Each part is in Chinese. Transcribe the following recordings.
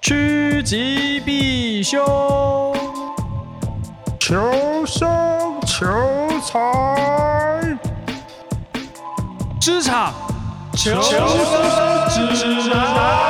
趋吉避凶， 求生求财， 职场求生指南。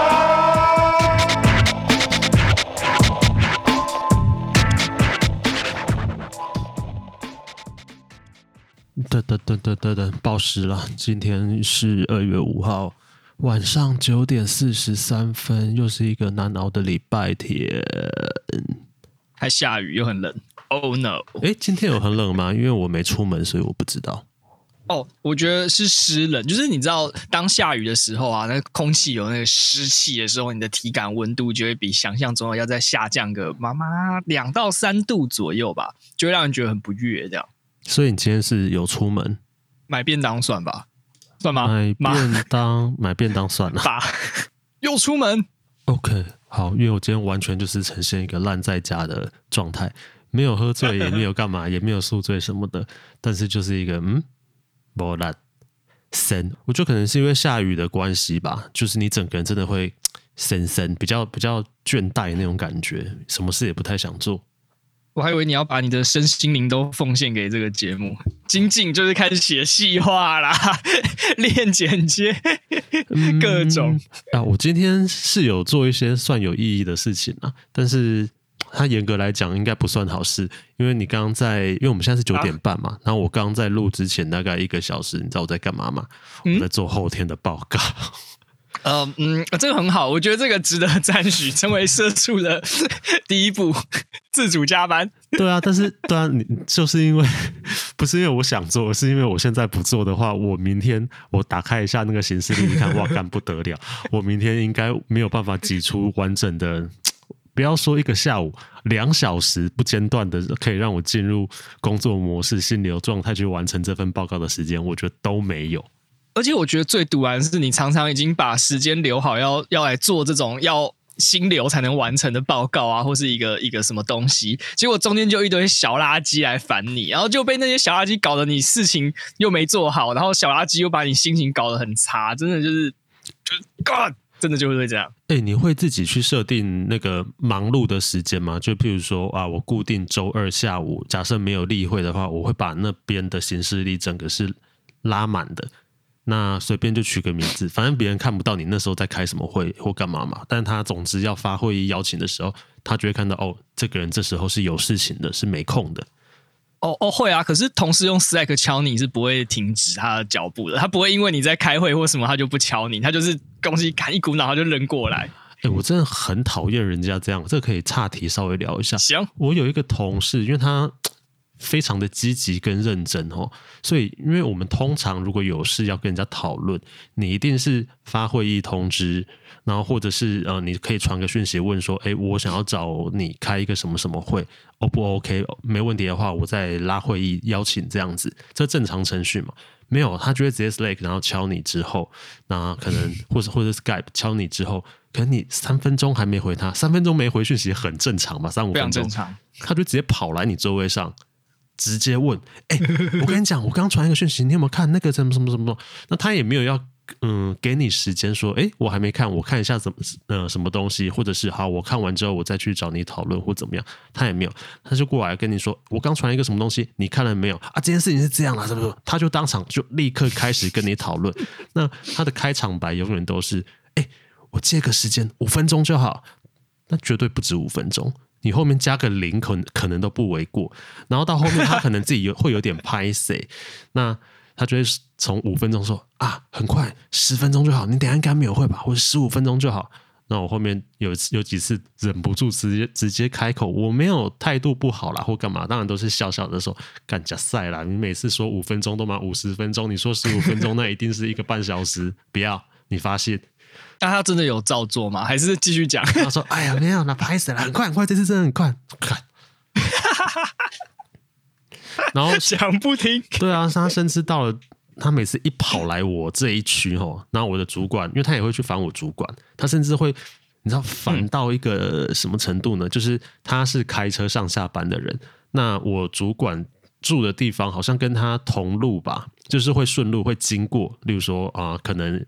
等，报时了！今天是2月5号晚上9点43分，又是一个难熬的礼拜天， 还下雨又很冷。Oh no！ 今天有很冷吗？因为我没出门，所以我不知道。 我觉得是湿冷，就是你知道，当下雨的时候啊，那个空气有那个湿气的时候，你的体感温度就会比想象中的要再下降个2到3度左右吧，就会让人觉得很不悦这样。 所以你今天是有出门买便当算吧？算吗？ 买便当算了。 又出门 ？OK， 好，因为我今天完全就是呈现一个烂在家的状态，没有喝醉，也没有干嘛，也没有宿醉什么的，但是就是一个没烂神。我觉得可能是因为下雨的关系吧，就是你整个人真的会神，比较倦怠那种感觉，什么事也不太想做。 我还以为你要把你的身心灵都奉献给这个节目，精进就是开始写细化啦，练剪接，各种我今天是有做一些算有意义的事情啊，但是它严格来讲应该不算好事，因为你刚刚因为我们现在是9点半嘛，然后我刚刚在录之前大概1个小时，你知道我在干嘛吗？我在做后天的报告。 这个很好，我觉得这个值得赞许，成为社畜的第一步，自主加班。 对啊，但是你就是因为不是因为我想做，是因为我现在不做的话，我明天我打开一下那个行事历，你看，哇，干不得了！我明天应该没有办法挤出完整的，不要说1个下午，2小时不间断的，可以让我进入工作模式、心流状态去完成这份报告的时间，我觉得都没有。 而且我觉得最毒然是你常常已经把时间留好要来做这种要心流才能完成的报告啊，或是一个什么东西，结果中间就一堆小垃圾来烦你，然后就被那些小垃圾搞得你事情又没做好，然后小垃圾又把你心情搞得很差，真的就是God， 真的就会这样。 你会自己去设定那个忙碌的时间吗？就譬如说我固定周2下午，假设没有例会的话，我会把那边的行事历整个是拉满的。那随便就取个名字，反正别人看不到你那时候在开什么会或干嘛嘛。但他总之要发会议邀请的时候，他就会看到这个人这时候是有事情的，是没空的。 会啊，可是同事用 Slack 敲你是不会停止他的脚步的，他不会因为你在开会或什么他就不敲你，他就是东西赶一股脑他就扔过来。 我真的很讨厌人家这样，这可以岔题稍微聊一下。 行， 我有一个同事，因为他非常的积极跟认真所以因为我们通常如果有事要跟人家讨论，你一定是发会议通知，然后或者是你可以传个讯息问说我想要找你开一个什么什么会不 OK， 没问题的话我再拉会议邀请这样子，这正常程序嘛。没有，他就会直接 Slack 然后敲你之后，那可能或者 Skype 敲你之后，可能你3分钟还没回他，3分钟没回讯息很正常嘛，3-5分钟非常正常， 他就直接跑来你座位上直接问我跟你讲，我刚传一个讯息，你有没有看那个什么什么什么？那他也没有要给你时间说我还没看，我看一下什么东西，或者是好我看完之后我再去找你讨论或怎么样，他也没有，他就过来跟你说我刚传一个什么东西，你看了没有啊？这件事情是这样啦，是不是？他就当场就立刻开始跟你讨论。那他的开场白永远都是我借个时间5分钟就好，那绝对不止5分钟。你后面加个0可能都不为过，然后到后面他可能自己会有点拍谁，那他就会从5分钟说很快10分钟就好，你等一下应该没有会吧，或者15分钟就好。那我后面有几次忍不住直接开口，我没有态度不好啦或干嘛，当然都是笑笑的说干假赛啦，你每次说5分钟都嘛50分钟，你说15分钟那一定是1个半小时，不要你发现。 那他真的有照做吗？还是继续讲？ 他说哎呀没有啦，拍死了，很快，这次真的很快。然后讲不听。 对啊，他甚至到了他每次一跑来我这一区然后我的主管，因为他也会去烦我主管，他甚至会你知道烦到一个什么程度呢？就是他是开车上下班的人，那我主管住的地方好像跟他同路吧，就是会顺路会经过，例如说可能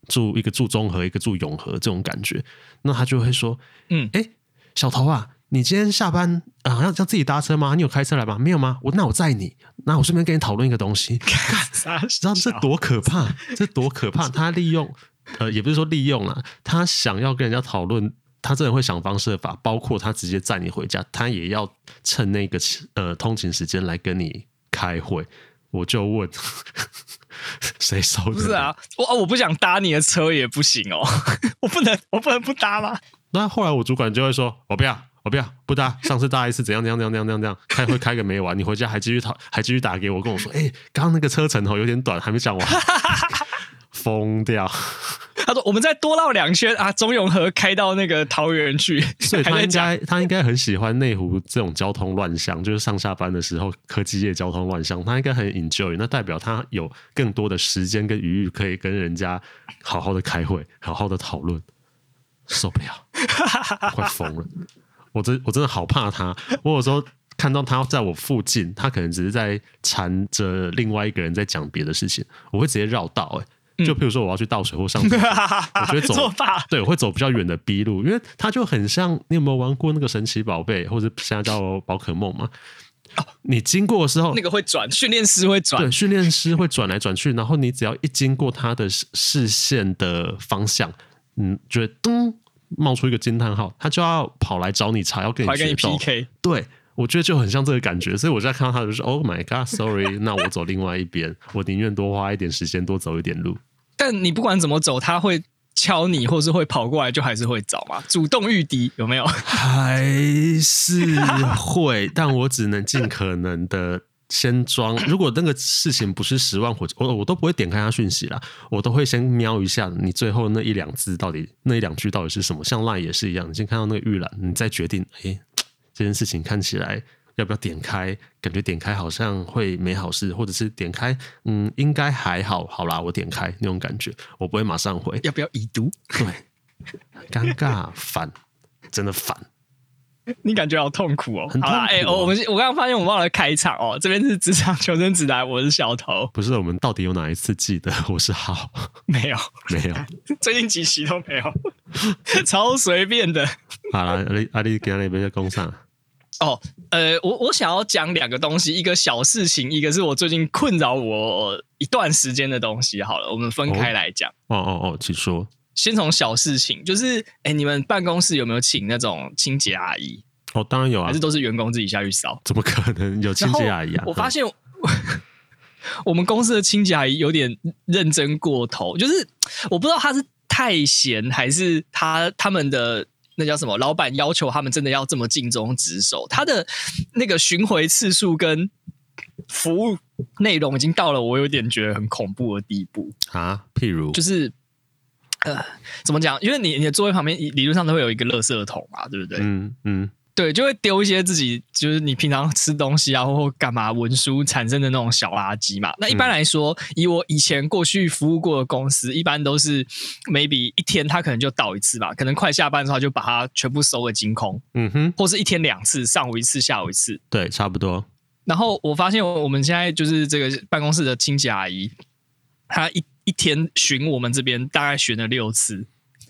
一个住中和，一个住永和这种感觉，那他就会说，小头啊，你今天下班要自己搭车吗？你有开车来吗？没有吗？那我载你，那我顺便跟你讨论一个东西。你知道这多可怕？这多可怕！他利用也不是说利用啦，他想要跟人家讨论，他真的会想方设法，包括他直接载你回家，他也要趁那个通勤时间来跟你开会。我就问，谁收的？ 不是啊，我不想搭你的车也不行哦，我不能不搭吗？ 那后来我主管就会说，我不搭，上次搭一次怎样，开会开个没完，你回家还继续打给我，跟我说，刚刚那个车程有点短，还没讲完，疯掉。 他说我们再多绕2圈啊，中永和开到那个桃园去， 所以他应该很喜欢内湖这种交通乱象，就是上下班的时候科技业交通乱象，他应该很 enjoy， 那代表他有更多的时间跟余裕可以跟人家好好的开会，好好的讨论。受不了，快疯了！我真的好怕他。我有时候看到他在我附近，他可能只是在缠着另外一个人在讲别的事情，我会直接绕道。就譬如说我要去倒水或上厕所，我觉得对，我会走比较远的 B 路，因为它就很像，你有没有玩过那个神奇宝贝，或者现在叫宝可梦嘛？你经过的时候， 那个会转，训练师会转， 对，训练师会转来转去，然后你只要一经过他的视线的方向，觉得咚冒出一个惊叹号，他就要跑来找你茬，要跟你决斗。 PK。 对，我觉得就很像这个感觉，所以我在看到他就说 ，Oh my God，sorry， 那我走另外一边，我宁愿多花一点时间，多走一点路。 但你不管怎么走，他会敲你，或是会跑过来，就还是会找嘛。主动御敌有没有？ 还是会，但我只能尽可能的先装。如果那个事情不是10万火急，我都不会点开他讯息啦，我都会先瞄一下你最后那1、2字到底，那1、2句到底是什么。像 LINE 也是一样，你先看到那个预览，你再决定，这件事情看起来要不要点开？感觉点开好像会没好事，或者是点开，应该还好，好啦，我点开那种感觉，我不会马上回。 要不要已读？ 对，尴尬，烦，真的烦。 你感觉好痛苦哦！ 很痛苦我刚刚发现我忘了开场哦，这边是职场求生指南，我是小头。 不是，我们到底有哪一次记得我是好？ 没有，最近几期都没有，超随便的。 好啦，你给那边在工上。 我想要讲2个东西，一个小事情，一个是我最近困扰我一段时间的东西。好了，我们分开来讲。 请说。 先从小事情，就是你们办公室有没有请那种清洁阿姨？ 当然有啊， 还是都是员工自己下去扫？ 怎么可能有清洁阿姨啊？ 我发现我们公司的清洁阿姨有点认真过头，就是我不知道她是太闲，还是他们的那叫什么老板要求他们真的要这么尽忠职守，他的那个巡回次数跟服务内容已经到了我有点觉得很恐怖的地步啊。譬如就是怎么讲？因为你的座位旁边理论上都会有一个垃圾桶嘛，对不对？对，就会丢一些自己就是你平常吃东西啊或干嘛文书产生的那种小垃圾嘛。那一般来说，以我以前过去服务过的公司，一般都是 maybe 一天他可能就倒一次吧，可能快下班的时候就把它全部收个精空，或是一天2次，上午1次，下午1次， 对，差不多。 然后我发现我们现在就是这个办公室的清洁阿姨，她一天巡我们这边大概巡了6次。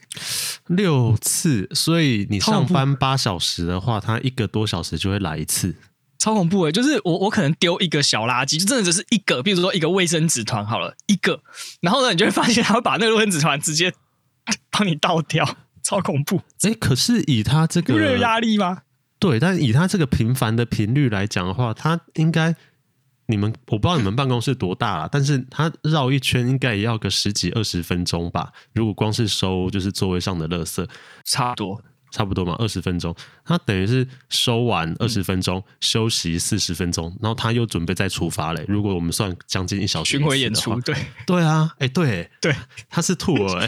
6次，所以你上班8小时的话，他1个多小时就会来1次， 超恐怖的。就是我可能丢一个小垃圾，就真的只是一个，比如说一个卫生纸团好了，一个，然后呢，你就会发现他会把那个卫生纸团直接帮你倒掉，超恐怖。 可是以他这个不有压力吗？ 对，但以他这个频繁的频率来讲的话，他应该。我不知道你们办公室多大啦，但是他绕一圈应该也要个10几20分钟吧。如果光是收就是座位上的垃圾， 差不多嘛，20分钟。他等于是收完20分钟，休息40分钟，然后他又准备再出发嘞。如果我们算将近1小时巡回演出， 对啊，对，他是兔儿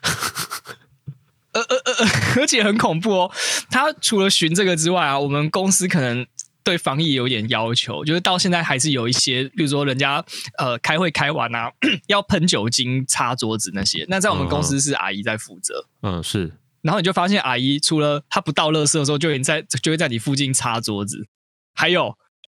而且很恐怖哦。他除了巡这个之外啊，我们公司可能对防疫有点要求，就是到现在还是有一些，比如说人家开会开完啊，要喷酒精擦桌子那些。那在我们公司是阿姨在负责， 是。 然后你就发现阿姨除了她不倒垃圾的时候，就会在你附近擦桌子，还有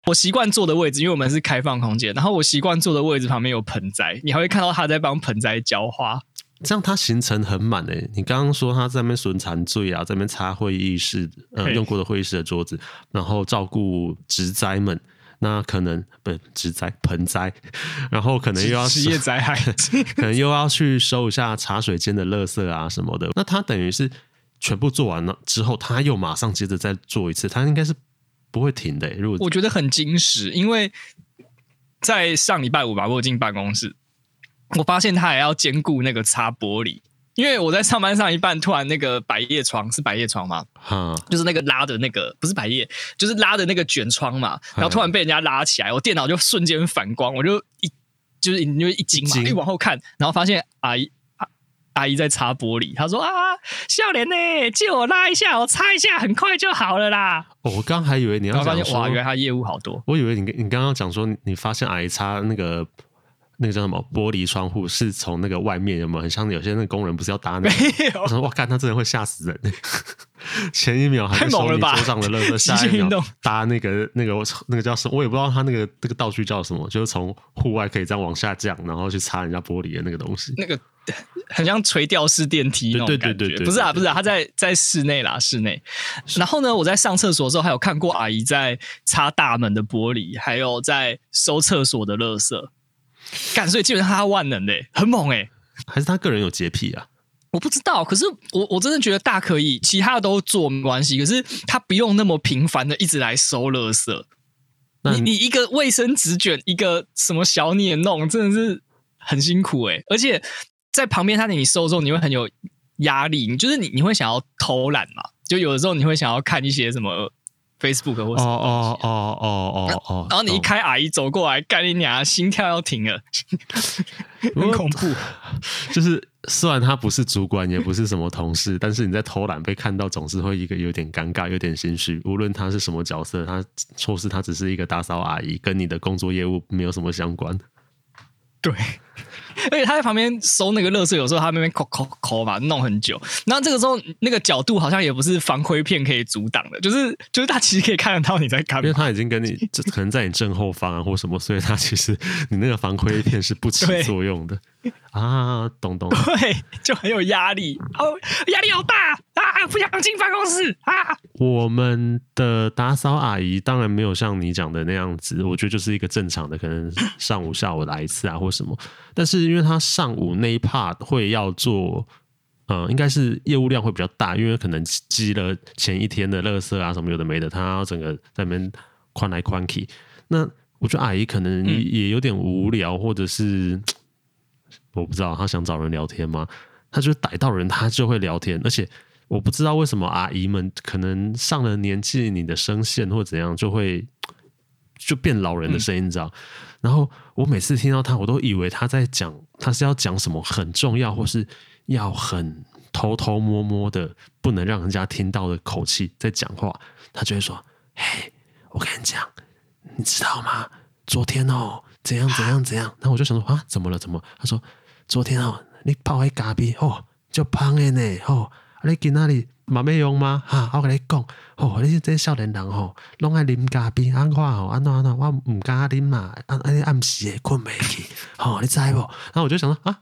我习惯坐的位置，因为我们是开放空间，然后我习惯坐的位置旁边有盆栽，你还会看到他在帮盆栽浇花。 这样他行程很满诶。你刚刚说他在那边巡残罪啊，在那边擦会议室用过的会议室的桌子，然后照顾植栽们。那可能不植栽盆栽，然后可能又要职业灾害， 可能又要去收一下茶水间的垃圾啊什么的。那他等于是全部做完了之后，他又马上接着再做一次，他应该是不会停的。如果我觉得很精实，因为在上礼拜五吧，我有进办公室，我发现他还要兼顾那个擦玻璃。因为我在上班上一半，突然那个百叶窗是百叶窗吗？就是那个拉的那个不是百叶，就是拉的那个卷窗嘛。然后突然被人家拉起来，我电脑就瞬间反光，我就就是一惊嘛，一往后看，然后发现阿姨在擦玻璃。她说啊，笑脸呢，借我拉一下，我擦一下，很快就好了啦。 我刚还以为你要讲说， 哇，原来他业务好多。 我以为你刚刚讲说，你发现阿姨擦那个叫什么玻璃窗户是从那个外面，有没有很像有些那个工人不是要搭那个？ 没有， 我说哇，干他真的会吓死人！前一秒还在收你桌上的垃圾，下一秒搭那个叫什么？我也不知道他那个道具叫什么，就是从户外可以这样往下降，然后去擦人家玻璃的那个东西。 那个很像垂吊式电梯那种感觉。不是啊，他在室内啦，室内。然后呢，我在上厕所的时候还有看过阿姨在擦大门的玻璃，还有在收厕所的垃圾。干，所以基本上他万能的，很猛哎！ 还是他个人有洁癖啊？ 我不知道，可是我真的觉得大可以，其他的都做没关系，可是他不用那么频繁的一直来收垃圾。你一个卫生纸卷，一个什么小你也弄，真的是很辛苦哎！而且在旁边你收的时候，你会很有压力，就是你会想要偷懒嘛？就有的时候你会想要看一些什么。Facebook 或什么然后你一开阿姨走过来，干你娘，心跳要停了，很恐怖。 就是虽然他不是主管，也不是什么同事，但是你在偷懒被看到，总是会有点尴尬，有点心虚。无论他是什么角色，或是他只是一个打扫阿姨，跟你的工作业务没有什么相关。 对。而且他在旁边收那个垃圾，有时候他那边抠嘛，弄很久。然后这个时候那个角度好像也不是防窥片可以阻挡的，就是他其实可以看得到你在干嘛， 因为他已经跟你可能在你正后方啊或什么，所以他其实你那个防窥片是不起作用的啊，懂。 对，就很有压力，压力好大啊，不想进办公室啊。 我们的打扫阿姨当然没有像你讲的那样子，我觉得就是一个正常的，可能上午下午来一次啊或什么。但是因为他上午那一 part 会要做，应该是业务量会比较大，因为可能积了前一天的垃圾啊什么有的没的，他要整个在那边宽来宽去。那我觉得阿姨可能也有点无聊，或者是我不知道他想找人聊天吗？他就逮到人他就会聊天，而且我不知道为什么阿姨们可能上了年纪，你的声线或怎样就变老人的声音，你知道？然后我每次听到他，我都以为他是要讲什么很重要，或是要很偷偷摸摸的，不能让人家听到的口气在讲话。他就会说：“嘿，我跟你讲，你知道吗？昨天怎样。”然后我就想说啊，怎么了？他说昨天你泡迄咖啡就香的呢你今仔日嘛要用吗？我跟你讲你这少年人拢爱啉咖啡，安怎安怎我唔敢啉嘛，暗时会困袂去你知无？然后我就想说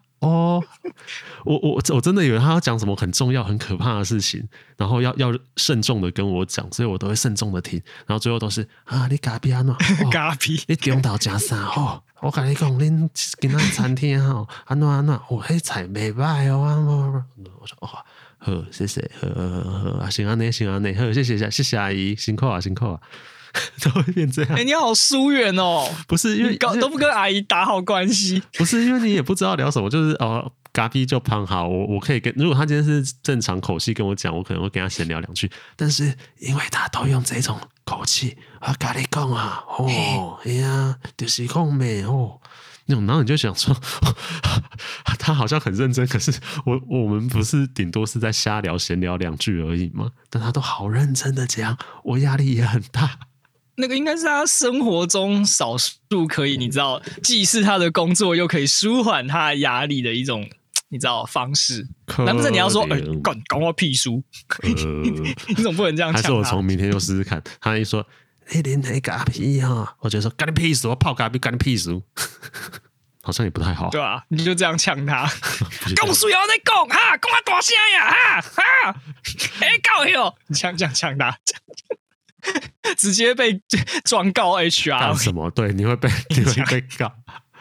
我真的以为他要讲什么很重要、很可怕的事情，然后要慎重的跟我讲，所以我都会慎重的听，然后最后都是你咖啡安怎？ 咖啡， 你中昼食啥我跟你讲，恁今仔餐厅安怎迄菜袂歹我说好，谢谢，好，行安内，好，谢谢阿姨，辛苦啊，都会变这样。 你好疏远哦， 不是因为都不跟阿姨打好关系， 不是因为你也不知道聊什么，就是咖啡就胖好，我可以如果他今天是正常口气跟我讲，我可能会跟他闲聊两句，但是因为他都用这种口气，我跟你讲啊，哎呀，就是讲咩然后你就想说，他好像很认真，可是我们不是顶多是在瞎聊闲聊两句而已吗？但他都好认真的讲，我压力也很大。 那个应该是他生活中少数可以，你知道，既是他的工作，又可以舒缓他的压力的一种，你知道方式。难不成你要说，管我屁书？你总不能这样讲他。 还是我从明天就试试看。他一说， 连那咖啡哈，我就说干你屁事，我泡咖啡干你屁事，好像也不太好， 对啊，你就这样呛他，讲水要在讲哈，讲啊大声呀哈，告哟，你这样呛他，直接被状告 HR 干什么？对，你会被告。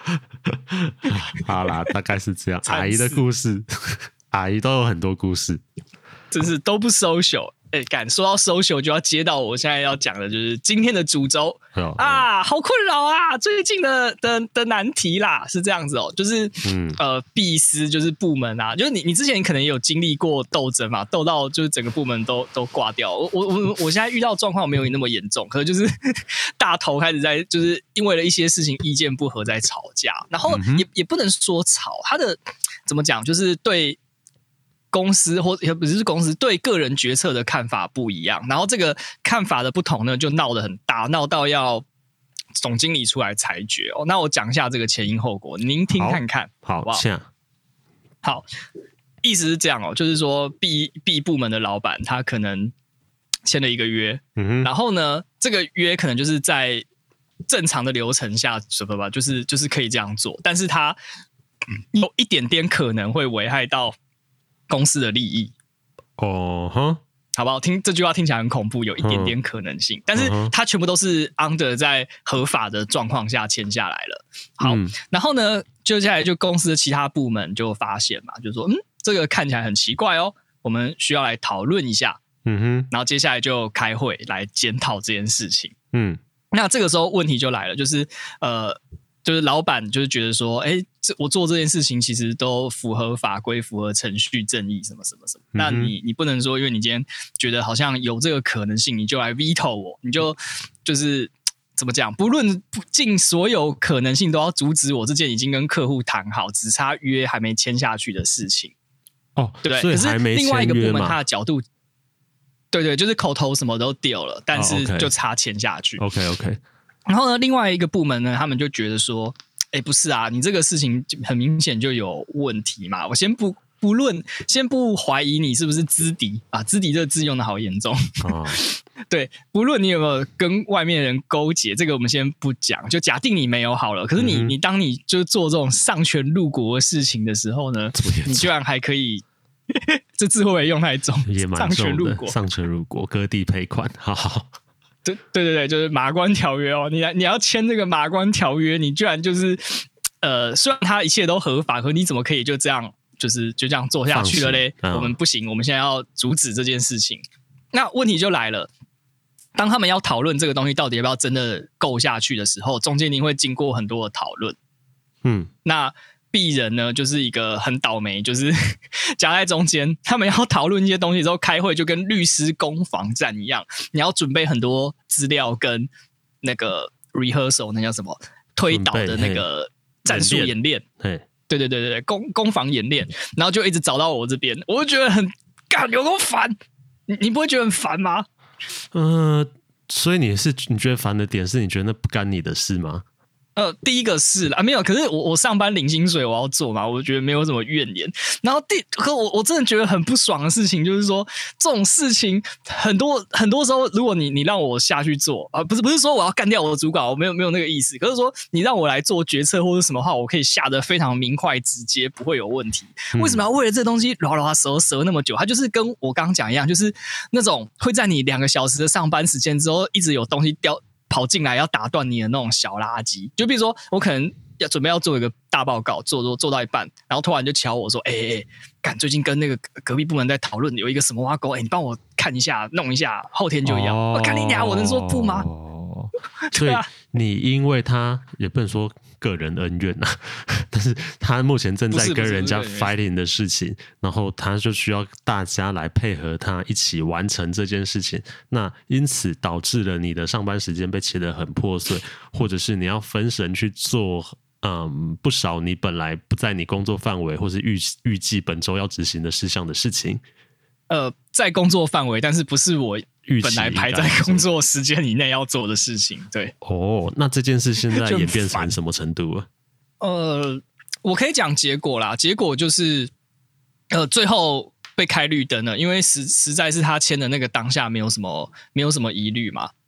好啦，大概是这样。阿姨的故事，阿姨都有很多故事， 真是都不 social。说到 social 就要接到我现在要讲的，就是今天的主轴啊，好困扰啊，最近的难题啦，是这样子哦，就是弊司就是部门啊，就是你之前可能也有经历过斗争嘛，斗到就是整个部门都挂掉。我现在遇到状况没有你那么严重，可是就是大头开始在就是因为了一些事情意见不合在吵架，然后也不能说吵，他的怎么讲，就是对公司或也不是公司对个人决策的看法不一样，然后这个看法的不同呢，就闹得很大，闹到要总经理出来裁决哦。那我讲一下这个前因后果，您听看看，好不好？好，意思是这样哦，就是说 B 部门的老板他可能签了一个约，然后呢，这个约可能就是在正常的流程下，就是可以这样做，但是他有一点点可能会危害到公司的利益好不好？这句话听起来很恐怖，有一点点可能性，但是它全部都是 under 在合法的状况下签下来了。好，然后呢，接下来就公司的其他部门就发现嘛，就说这个看起来很奇怪哦，我们需要来讨论一下。然后接下来就开会来检讨这件事情。那这个时候问题就来了，就是老板就是觉得说，我做这件事情其实都符合法规、符合程序正义什么什么什么。那你不能说，因为你今天觉得好像有这个可能性，你就来 veto 我，你就是怎么讲？不论尽所有可能性都要阻止我这件已经跟客户谈好，只差约还没签下去的事情。对不对？可是另外一个部门他的角度，对，就是口头什么都丢了，但是就差签下去。 OK。 然后呢，另外一个部门呢，他们就觉得说，不是啊，你这个事情很明显就有问题嘛。我先不怀疑你是不是资敌啊，资敌这个字用的好严重。对，不论你有没有跟外面人勾结，这个我们先不讲，就假定你没有好了。可是你当你就做这种丧权入国的事情的时候呢，你居然还可以，这字会不会用太重？ 也蛮重的，丧权入国，割地赔款，好。 对，就是马关条约哦，你要签这个马关条约，你居然就是虽然它一切都合法，可你怎么可以就这样就这样做下去了嘞？我们不行，我们现在要阻止这件事情。那问题就来了，当他们要讨论这个东西到底要不要真的够下去的时候，中间一定会经过很多的讨论。那鄙人呢，就是一个很倒霉，就是夹在中间。他们要讨论一些东西之后，开会就跟律师攻防战一样，你要准备很多资料跟那个 rehearsal， 那叫什么推导的那个战术演练。对，攻防演练，然后就一直找到我这边，我就觉得很干，有够烦。你不会觉得很烦吗？ 所以你觉得烦的点是你觉得那不干你的事吗？ 第一个是啦，没有，可是我上班领薪水，我要做嘛，我觉得没有什么怨言。然后可我真的觉得很不爽的事情，就是说这种事情很多时候，如果你让我下去做不是说我要干掉我的主管，我没有那个意思，可是说你让我来做决策或者什么话，我可以下得非常明快直接，不会有问题。为什么要为了这东西拉折那么久？它就是跟我刚刚讲一样，就是那种会在你2个小时的上班时间之后，一直有东西跑进来要打断你的那种小垃圾，就比如说我可能准备要做一个大报告，做到一半，然后突然就敲我说：“干，最近跟那个隔壁部门在讨论有一个什么挖沟，你帮我看一下，弄一下，后天就要。”我干你娘，我能说不吗？ 所以你因为他也不能说个人恩怨啊，但是他目前正在跟人家 fighting 的事情，然后他就需要大家来配合他一起完成这件事情，那因此导致了你的上班时间被切得很破碎，或者是你要分神去做不少你本来不在你工作范围或是预计本周要执行的事项的事情。 在工作范围，但是不是我本来排在工作时间以内要做的事情。对， 那这件事现在演变成什么程度了？ 我可以讲结果啦，结果就是最后被开绿灯了，因为实在是他签的那个当下没有什么疑虑嘛。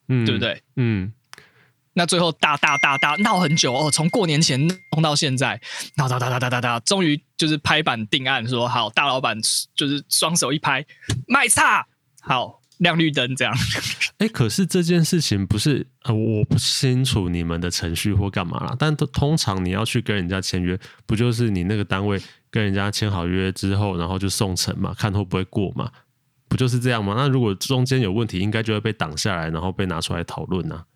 对不对？那最后大闹很久哦，从过年前弄到现在，闹，终于就是拍板定案说好，大老板就是双手一拍，卖差，好亮绿灯这样。 可是这件事情不是我不清楚你们的程序或干嘛啦，但通常你要去跟人家签约，不就是你那个单位跟人家签好约之后，然后就送审嘛，看会不会过嘛，不就是这样吗？那如果中间有问题，应该就会被挡下来，然后被拿出来讨论啊。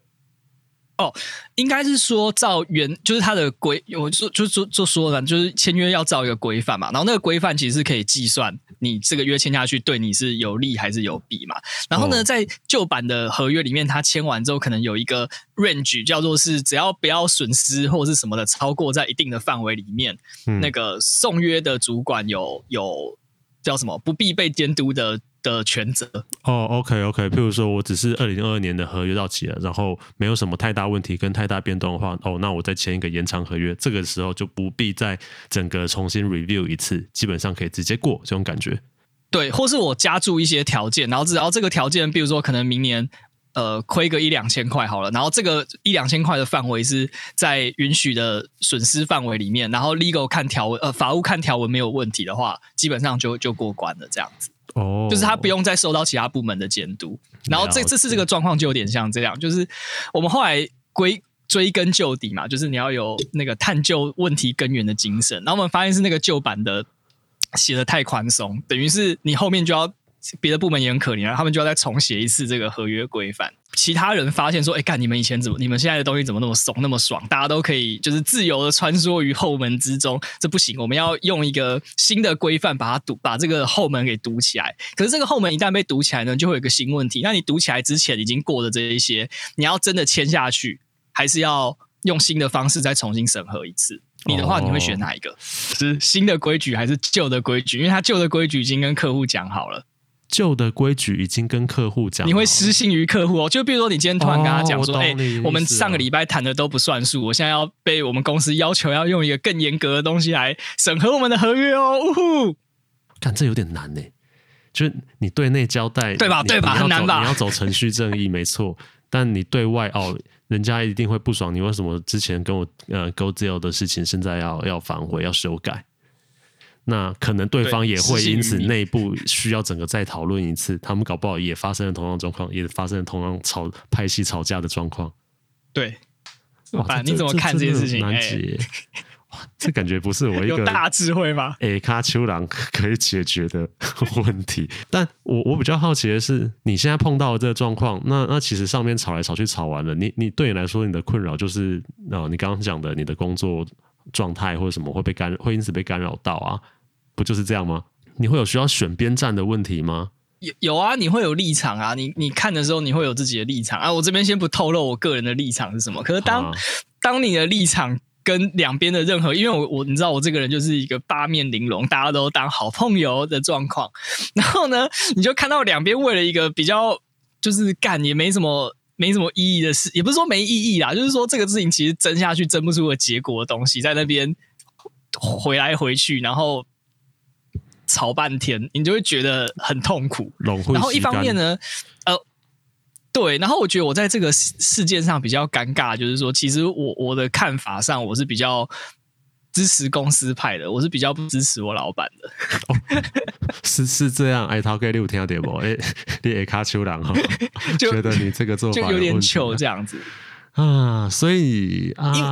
应该是说照就是它的我就说了，就是签约要照一个规范嘛，然后那个规范其实是可以计算你这个约签下去对你是有利还是有弊嘛。然后呢，在旧版的合约里面，它签完之后可能有一个 range 叫做是只要不要损失或者是什么的超过在一定的范围里面，那个送约的主管有叫什么不必被监督的权责。 OK， 譬如说我只是2022年的合约到期了，然后没有什么太大问题跟太大变动的话，那我再签一个延长合约，这个时候就不必再整个重新 review 一次，基本上可以直接过这种感觉。 对，或是我加注一些条件，然后只要这个条件，比如说可能明年亏个1-2千块好了，然后这个1-2千块的范围是在允许的损失范围里面，然后 legal 看条文，法务看条文没有问题的话，基本上就过关了这样子。就是他不用再受到其他部门的监督。然后这次这个状况就有点像这样，就是我们后来追根究底嘛，就是你要有那个探究问题根源的精神。然后我们发现是那个旧版的写的太宽松，等于是你后面就要别的部门也很可怜，他们就要再重写一次这个合约规范。其他人发现说，干你们以前你们现在的东西怎么那么松那么爽，大家都可以就是自由的穿梭于后门之中，这不行，我们要用一个新的规范把这个后门给堵起来。可是这个后门一旦被堵起来呢，就会有一个新问题，那你堵起来之前已经过的这一些，你要真的签下去，还是要用新的方式再重新审核一次？你的话你会选哪一个？是新的规矩还是旧的规矩？因为他旧的规矩已经跟客户讲好了， 旧的规矩已经跟客户讲好了， 你会失信于客户哦。就比如说你今天突然跟他讲说，我们上个礼拜谈的都不算数，我现在要被我们公司要求要用一个更严格的东西来审核我们的合约哦。 看这有点难呢，就是你对内交代， 对吧？很难吧？ 你要走程序正义，没错。但你对外人家一定会不爽，你为什么之前跟我go deal 的事情，现在要反悔要修改？那可能对方也会因此内部需要整个再讨论一次，他们搞不好也发生了同样的状况，也发生了同样拍戏吵架的状况。 对，你怎么看这件事情？ 难解。这感觉不是我一个有大智慧吗？ 卡丘郎可以解决的问题。但我比较好奇的是，你现在碰到的这个状况，那其实上面吵来吵去吵完了，你对你来说，你的困扰就是你刚刚讲的你的工作状态或者什么会因此被干扰到啊？不就是这样吗？你会有需要选边站的问题吗？ 有啊，你会有立场啊，你看的时候你会有自己的立场啊。我这边先不透露我个人的立场是什么，可是当你的立场跟两边的任何，因为你知道我这个人就是一个八面玲珑，大家都当好朋友的状况，然后呢，你就看到两边为了一个比较就是干也没什么意义的事，也不是说没意义啦，就是说这个事情其实争下去争不出个结果的东西，在那边回来回去，然后吵半天，你就会觉得很痛苦。然后一方面呢，对，然后我觉得我在这个事件上比较尴尬，就是说，其实我的看法上，我是比较支持公司派的，我是比较不支持我老板的。 是这样，陶哥你有听到不？你卡丘郎哈，觉得你这个做法就有点糗这样子啊，所以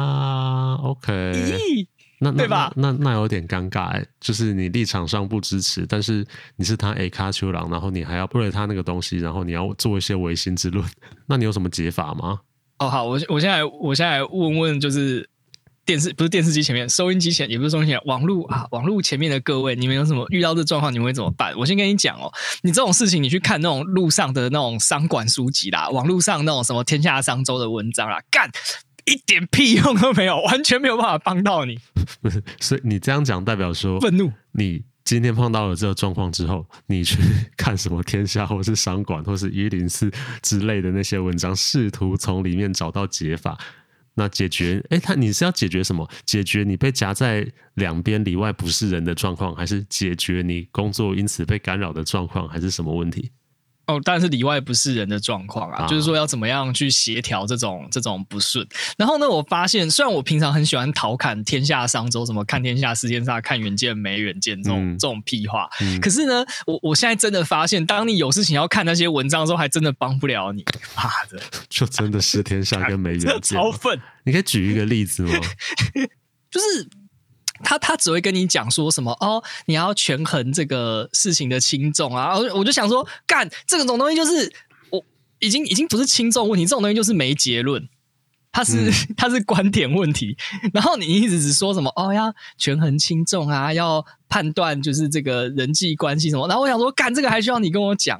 OK。 对吧？ 那有点尴尬就是你立场上不支持，但是你是他卡丘郎，然后你还要为了他那个东西，然后你要做一些违心之论，那你有什么解法吗？好， 我现在问，就是不是电视机前面，收音机前也不是收音机前，网络前面的各位，你们有什么遇到这状况，你们会怎么办？我先跟你讲你这种事情，你去看那种路上的那种商管书籍啦，网络上那种什么天下商周的文章啦，干。一点屁用都没有，完全没有办法帮到你。 不是，所以你这样讲代表说， 愤怒。 你今天碰到了这个状况之后，你去看什么天下或是商管或是104之类的那些文章，试图从里面找到解法。那解决，你是要解决什么？解决你被夹在两边里外不是人的状况，还是解决你工作因此被干扰的状况，还是什么问题？ 哦，当然是里外不是人的状况啊，就是说要怎么样去协调这种不顺。然后呢，我发现虽然我平常很喜欢调侃天下商周，什么看天下是天下，看远见没远见这种屁话，可是呢，我现在真的发现，当你有事情要看那些文章的时候，还真的帮不了你。妈的， 就真的是天下跟没远见， 超愤！ 你可以举一个例子吗？ 就是他只会跟你讲说什么哦，你要权衡这个事情的轻重啊，我就想说，干这种东西就是我已经不是轻重问题，这种东西就是没结论，它是观点问题。然后你一直只说什么哦，要权衡轻重啊，要判断就是这个人际关系什么，然后我想说，干这个还需要你跟我讲？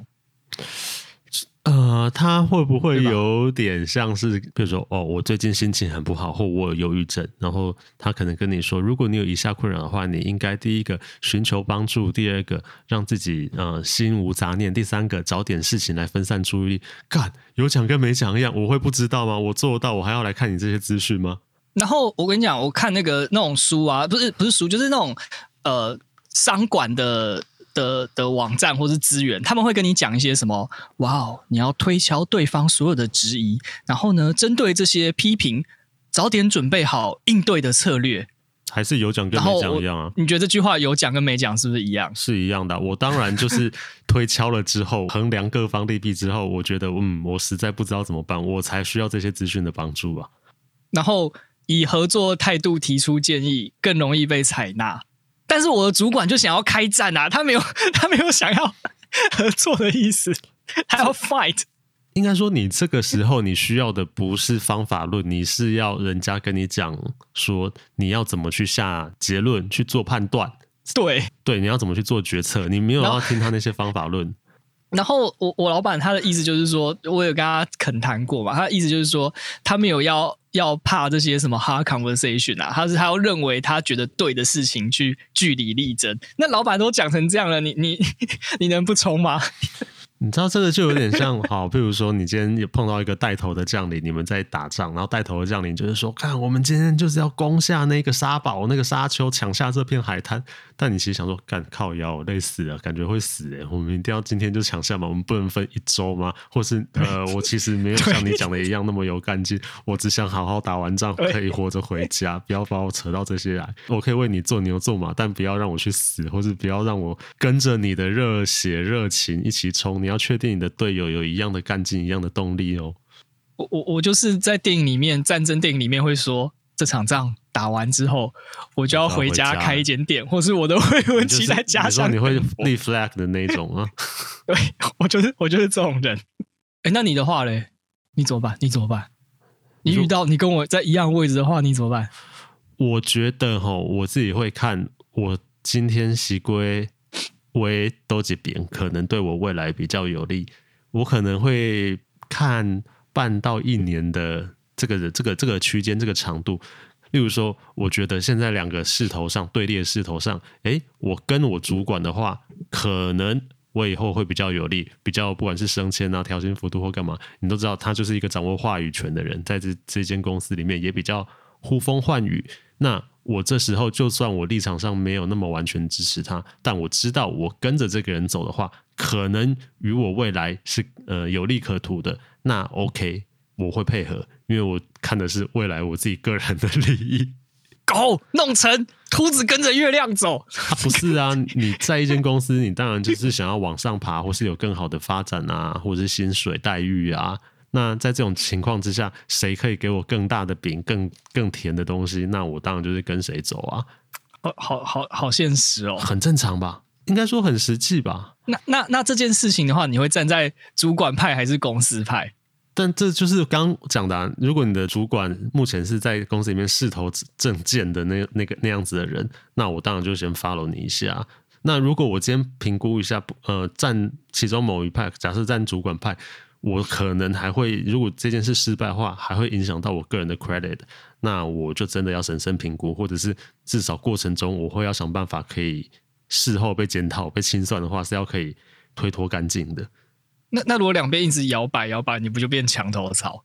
他会不会有点像是，比如说，哦，我最近心情很不好，或我有忧郁症，然后他可能跟你说，如果你有以下困扰的话，你应该第一个寻求帮助，第二个让自己心无杂念，第三个找点事情来分散注意力。干，有讲跟没讲一样，我会不知道吗？我做得到，我还要来看你这些资讯吗？ 然后我跟你讲，我看那种书啊，不是书，就是那种商管的网站或是资源，他们会跟你讲一些什么，哇哦，你要推敲对方所有的质疑，然后呢，针对这些批评，早点准备好应对的策略。 还是有讲跟没讲一样啊？ 你觉得这句话有讲跟没讲是不是一样？ 是一样的。我当然就是推敲了之后，衡量各方利弊之后，我觉得我实在不知道怎么办，我才需要这些资讯的帮助啊。 然后以合作态度提出建议，更容易被采纳。但是我的主管就想要开战啊，他没有想要合作的意思，他要 fight。 应该说，你这个时候你需要的不是方法论，你是要人家跟你讲说你要怎么去下结论、去做判断。对，你要怎么去做决策，你没有要听他那些方法论。 然后我老板他的意思就是说，我有跟他恳谈过嘛，他的意思就是说，他没有要怕这些什么 hard conversation 啊，他要认为他觉得对的事情去据理力争。那老板都讲成这样了，你能不冲吗？ 你知道这个就有点像，好，比如说你今天有碰到一个带头的将领，你们在打仗，然后带头的将领就是说，看我们今天就是要攻下那个沙堡、那个沙丘，抢下这片海滩。但你其实想说，干靠腰，累死了，感觉会死欸，我们一定要今天就抢下嘛，我们不能分一周吗？或是我其实没有像你讲的一样那么有干劲，我只想好好打完仗，可以活着回家，不要把我扯到这些来。我可以为你做牛做马，但不要让我去死，或是不要让我跟着你的热血热情一起冲。你要确定你的队友有一样的干劲，一样的动力哦。 我就是在电影里面，战争电影里面会说，这场仗打完之后，我就要回家开一间店，或是我的未婚妻在家乡。 你会立 flag 的那种啊？ 对，我就是这种人。那你的话嘞？你怎么办？你遇到你跟我在一样位置的话，你怎么办？ 我觉得我自己会看，我今天习规为多几边，可能对我未来比较有利。我可能会看半到1年的这个区间，这个长度。例如说，我觉得现在两个势头上对立的势头上，我跟我主管的话，可能我以后会比较有利，比较不管是升迁啊、调薪幅度或干嘛，你都知道他就是一个掌握话语权的人，在这间公司里面也比较呼风唤雨。那我这时候就算我立场上没有那么完全支持他，但我知道我跟着这个人走的话，可能与我未来是有利可图的。那 OK， 我会配合，因为我看的是未来我自己个人的利益。 狗弄成秃子跟着月亮走， 不是啊！你在一间公司，你当然就是想要往上爬，或是有更好的发展啊，或者是薪水待遇啊。那在这种情况之下，谁可以给我更大的饼、更甜的东西，那我当然就是跟谁走啊。 好现实哦， 很正常吧？应该说很实际吧？ 那这件事情的话，你会站在主管派还是公司派？ 但这就是刚讲的啊，如果你的主管目前是在公司里面势头正健的那样子的人，那我当然就先 follow 你一下。那如果我今天评估一下，站其中某一派，假设站主管派，我可能还会，如果这件事失败的话，还会影响到我个人的 credit， 那我就真的要审慎评估，或者是至少过程中我会要想办法可以事后被检讨、被清算的话，是要可以推脱干净的。 那如果两边一直摇摆，你不就变墙头草？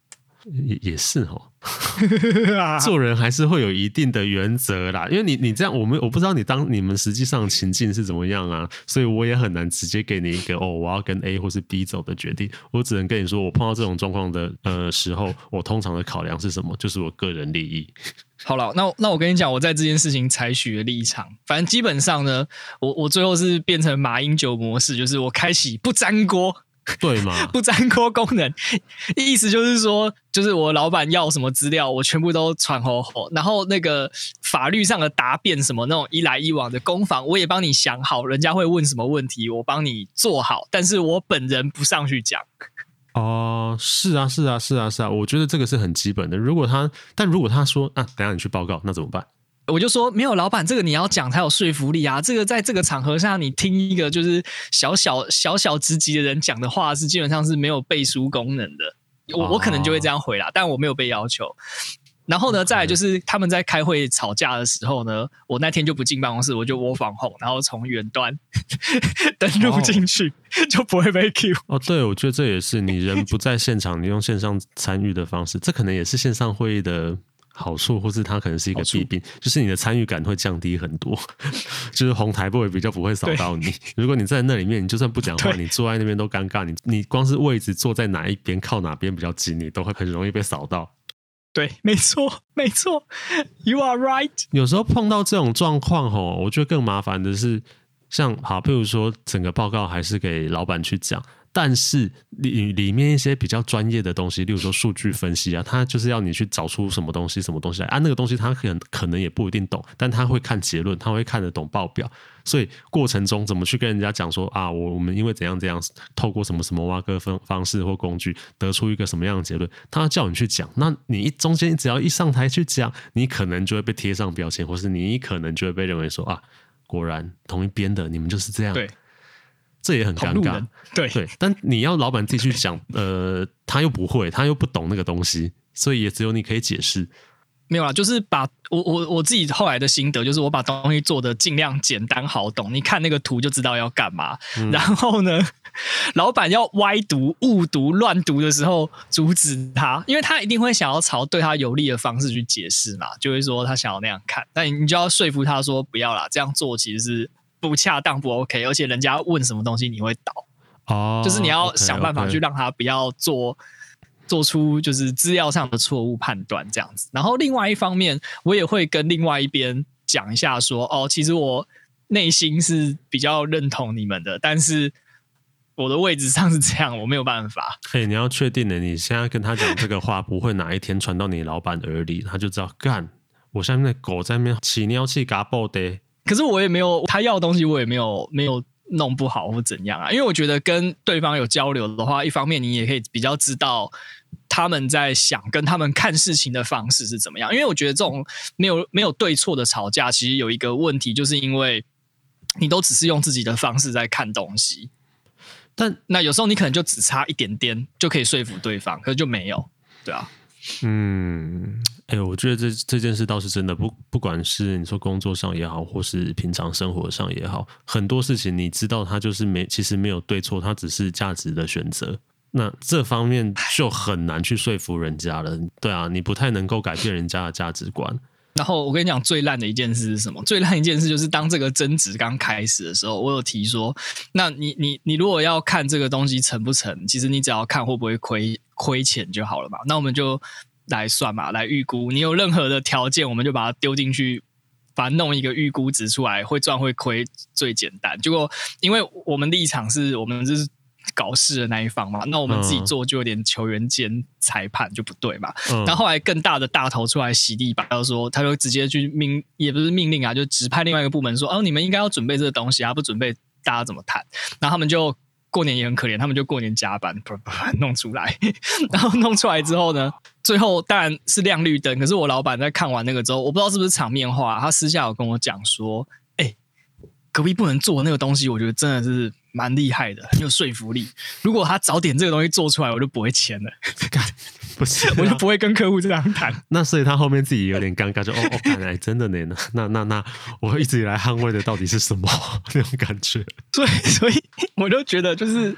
也是哦，做人还是会有一定的原则啦。因为你这样，我不知道你们实际上情境是怎么样啊，所以我也很难直接给你一个我要跟 A 或是 B 走的决定。我只能跟你说，我碰到这种状况的时候，我通常的考量是什么？就是我个人利益。 好了，那我跟你讲，我在这件事情采取的立场，反正基本上呢，我最后是变成马英九模式，就是我开启不粘锅。 对嘛？ 不粘锅功能，意思就是说，就是我老板要什么资料，我全部都传吼吼，然后那个法律上的答辩什么那种一来一往的攻防，我也帮你想好，人家会问什么问题，我帮你做好，但是我本人不上去讲。 哦，是啊，我觉得这个是很基本的。如果他说啊，等一下你去报告，那怎么办？ 我就说没有，老板，这个你要讲才有说服力啊！这个在这个场合下，你听一个就是小职级的人讲的话，是基本上是没有背书功能的。我可能就会这样回啦，但我没有被要求。然后呢，再来就是他们在开会吵架的时候呢，我那天就不进办公室，我就窝房后，然后从远端登录进去，就不会被 Q。 哦，对，我觉得这也是你人不在现场，你用线上参与的方式，这可能也是线上会议的好处，或是它可能是一个弊病，就是你的参与感会降低很多，就是红台也比较不会扫到你。如果你在那里面，你就算不讲话，你坐在那边都尴尬，你光是位置坐在哪一边，靠哪边比较近，你都会很容易被扫到。 对，没错 ，You are right。 有时候碰到这种状况我觉得更麻烦的是，像好，譬如说整个报告还是给老板去讲。但是里面一些比较专业的东西，例如说数据分析啊，他就是要你去找出什么东西来啊，那个东西他可能也不一定懂，但他会看结论，他会看得懂报表，所以过程中怎么去跟人家讲说啊，我们因为怎样，透过什么什么挖哥方式或工具得出一个什么样的结论，他要叫你去讲，那你中间只要一上台去讲，你可能就会被贴上标签，或是你可能就会被认为说啊，果然同一边的你们就是这样。 对。 这也很尴尬， 对， 但你要老板自己去讲，他又不会，他又不懂那个东西，所以也只有你可以解释。 没有啦，就是把我自己后来的心得，就是我把东西做的尽量简单好懂，你看那个图就知道要干嘛。然后呢，老板要歪读、误读、乱读的时候，阻止他，因为他一定会想要朝对他有利的方式去解释嘛，就会说他想要那样看，但你就要说服他说不要啦，这样做其实是不恰当不 OK， 而且人家问什么东西你会倒，就是你要想办法去让他不要做出就是资料上的错误判断这样子。然后另外一方面，我也会跟另外一边讲一下说，其实我内心是比较认同你们的，但是我的位置上是这样，我没有办法。 你要确定的，你现在跟他讲这个话，不会哪一天传到你老板耳里，他就知道干，我下面的狗在那边起尿气嘎爆的。 可是我也没有他要的东西，我也没有弄不好或怎样啊。因为我觉得跟对方有交流的话，一方面你也可以比较知道他们在想跟他们看事情的方式是怎么样。因为我觉得这种没有对错的吵架，其实有一个问题，就是因为你都只是用自己的方式在看东西，但那有时候你可能就只差一点点就可以说服对方，可是就没有，对啊。 我觉得这件事倒是真的，不管是你说工作上也好，或是平常生活上也好，很多事情你知道它就是其实没有对错，它只是价值的选择。那这方面就很难去说服人家了，对啊，你不太能够改变人家的价值观。 然后我跟你讲，最烂的一件事是什么？最烂一件事就是当这个争执刚开始的时候，我有提说，那你如果要看这个东西成不成，其实你只要看会不会亏钱就好了嘛。那我们就来算嘛，来预估。你有任何的条件，我们就把它丢进去，把它弄一个预估值出来，会赚会亏最简单。结果因为我们立场是我们就是搞事的那一方嘛，那我们自己做就有点球员兼裁判就不对嘛。然后后来更大的大头出来洗地板，他就直接去也不是命令啊，就指派另外一个部门说，你们应该要准备这个东西啊，不准备大家怎么谈？然后他们就过年也很可怜，他们就过年加班弄出来，然后弄出来之后呢，最后当然是亮绿灯。可是我老板在看完那个之后，我不知道是不是场面话，他私下有跟我讲说，隔壁不能做那个东西，我觉得真的是蛮厉害的，很有说服力。如果他早点这个东西做出来，我就不会签了。 不是、啊， 我就不会跟客户这样谈。 那所以他后面自己有点尴尬，就看来真的呢。那我一直以来捍卫的到底是什么那种感觉？ 所以我就觉得就是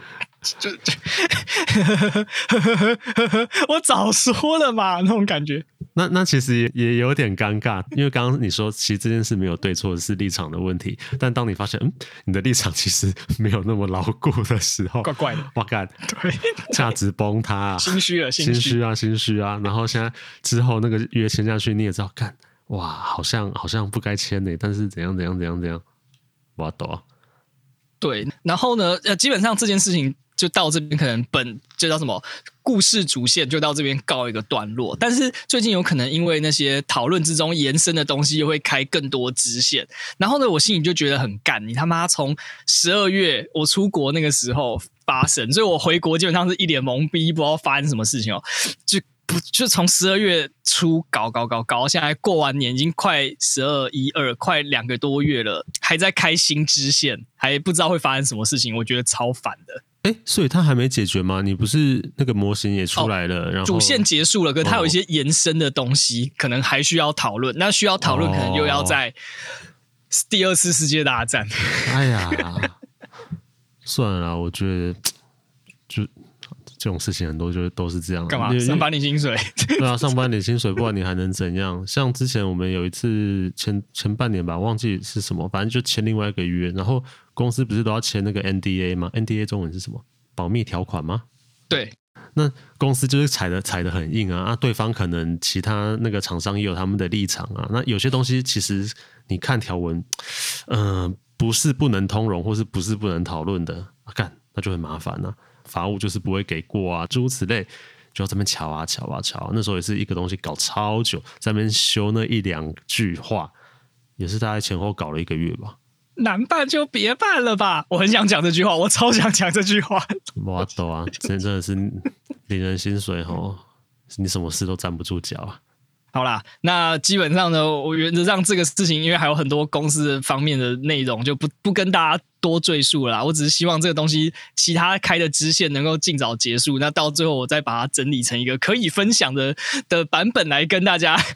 我早说了嘛，那种感觉。 那其实也有点尴尬，因为刚刚你说其实这件事没有对错，是立场的问题。但当你发现你的立场其实没有那么牢固的时候， 怪怪的， 哇干， 对， 价值崩塌啊， 心虚了， 心虚啊。然后现在之后那个约签下去，你也知道，干哇，好像不该签呢，但是怎样，我懂啊。 对，然后呢，基本上这件事情就到这边，可能就叫什么故事主线就到这边告一个段落。但是最近有可能因为那些讨论之中延伸的东西，又会开更多支线。然后呢，我心里就觉得很干，你他妈从12月我出国那个时候发生，所以我回国基本上是一脸懵逼，不知道发生什么事情哦，就从12月初搞，现在过完年已经快12、12，快2个多月了，还在开新支线，还不知道会发生什么事情，我觉得超烦的。 所以它还没解决吗？你不是那个模型也出来了，然后主线结束了，可是它有一些延伸的东西，可能还需要讨论。那需要讨论，可能又要在第2次世界大战。 哎呀，算了啦，我觉得就这种事情很多就都是这样。 干嘛？上班领薪水？ 对啊，上班领薪水，不然你还能怎样？像之前我们有一次前半年吧，忘记是什么，反正就签另外一个约，然后公司不是都要签那个 NDA 吗 ？NDA 中文是什么？保密条款吗？ 对。 那公司就是踩得很硬啊，对方可能其他那个厂商也有他们的立场啊。那有些东西其实你看条文，不是不能通融，或是不是不能讨论的，干那就很麻烦啊。法务就是不会给过啊，诸如此类，就要这边瞧啊。那时候也是一个东西搞超久，在那边修那1-2句话，也是大概前后搞了1个月吧。 难办就别办了吧，我很想讲这句话，我超想讲这句话。 我懂啊，真的是领人薪水吼，你什么事都站不住脚啊。 好啦，那基本上呢，我原则上这个事情，因为还有很多公司方面的内容，就不跟大家多赘述了啦。我只是希望这个东西其他开的支线能够尽早结束，那到最后我再把它整理成一个可以分享的版本来跟大家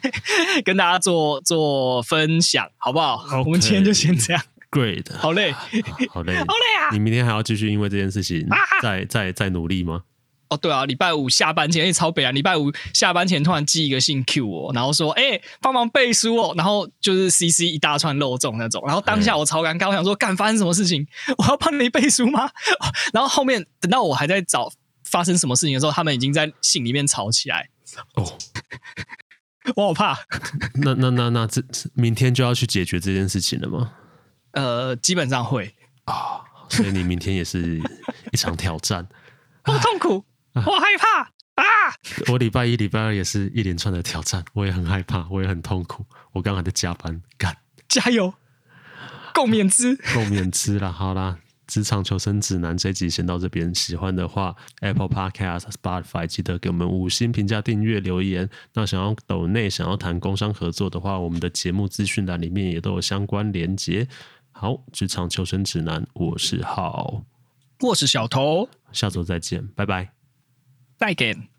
做分享，好不好？ Okay, 我们今天就先这样。 Great， 好累， 好累啊！ 你明天还要继续因为这件事情再努力吗？ 哦，对啊，礼拜5下班前，超北啊！礼拜5下班前突然寄一个信 Q 我，然后说，帮忙背书哦，然后就是 CC 一大串漏洞那种，然后当下我超尴尬，我想说，干发生什么事情？我要帮你背书吗？然后后面等到我还在找发生什么事情的时候，他们已经在信里面吵起来。 哦， 我好怕。 那这明天就要去解决这件事情了吗？ 基本上会啊，所以你明天也是一场挑战。 好痛苦。我害怕啊！ 我礼拜1、礼拜2也是一连串的挑战，我也很害怕，我也很痛苦。我刚还在加班，干， 加油，共勉之， 共勉之啦。好啦，职场求生指南这集先到这边。喜欢的话 ，Apple Podcast、Spotify 记得给我们5星评价、订阅、留言。那想要抖内、想要谈工商合作的话，我们的节目资讯栏里面也都有相关连结。好，职场求生指南，我是浩， 我是小头， 下周再见，拜拜。 再见。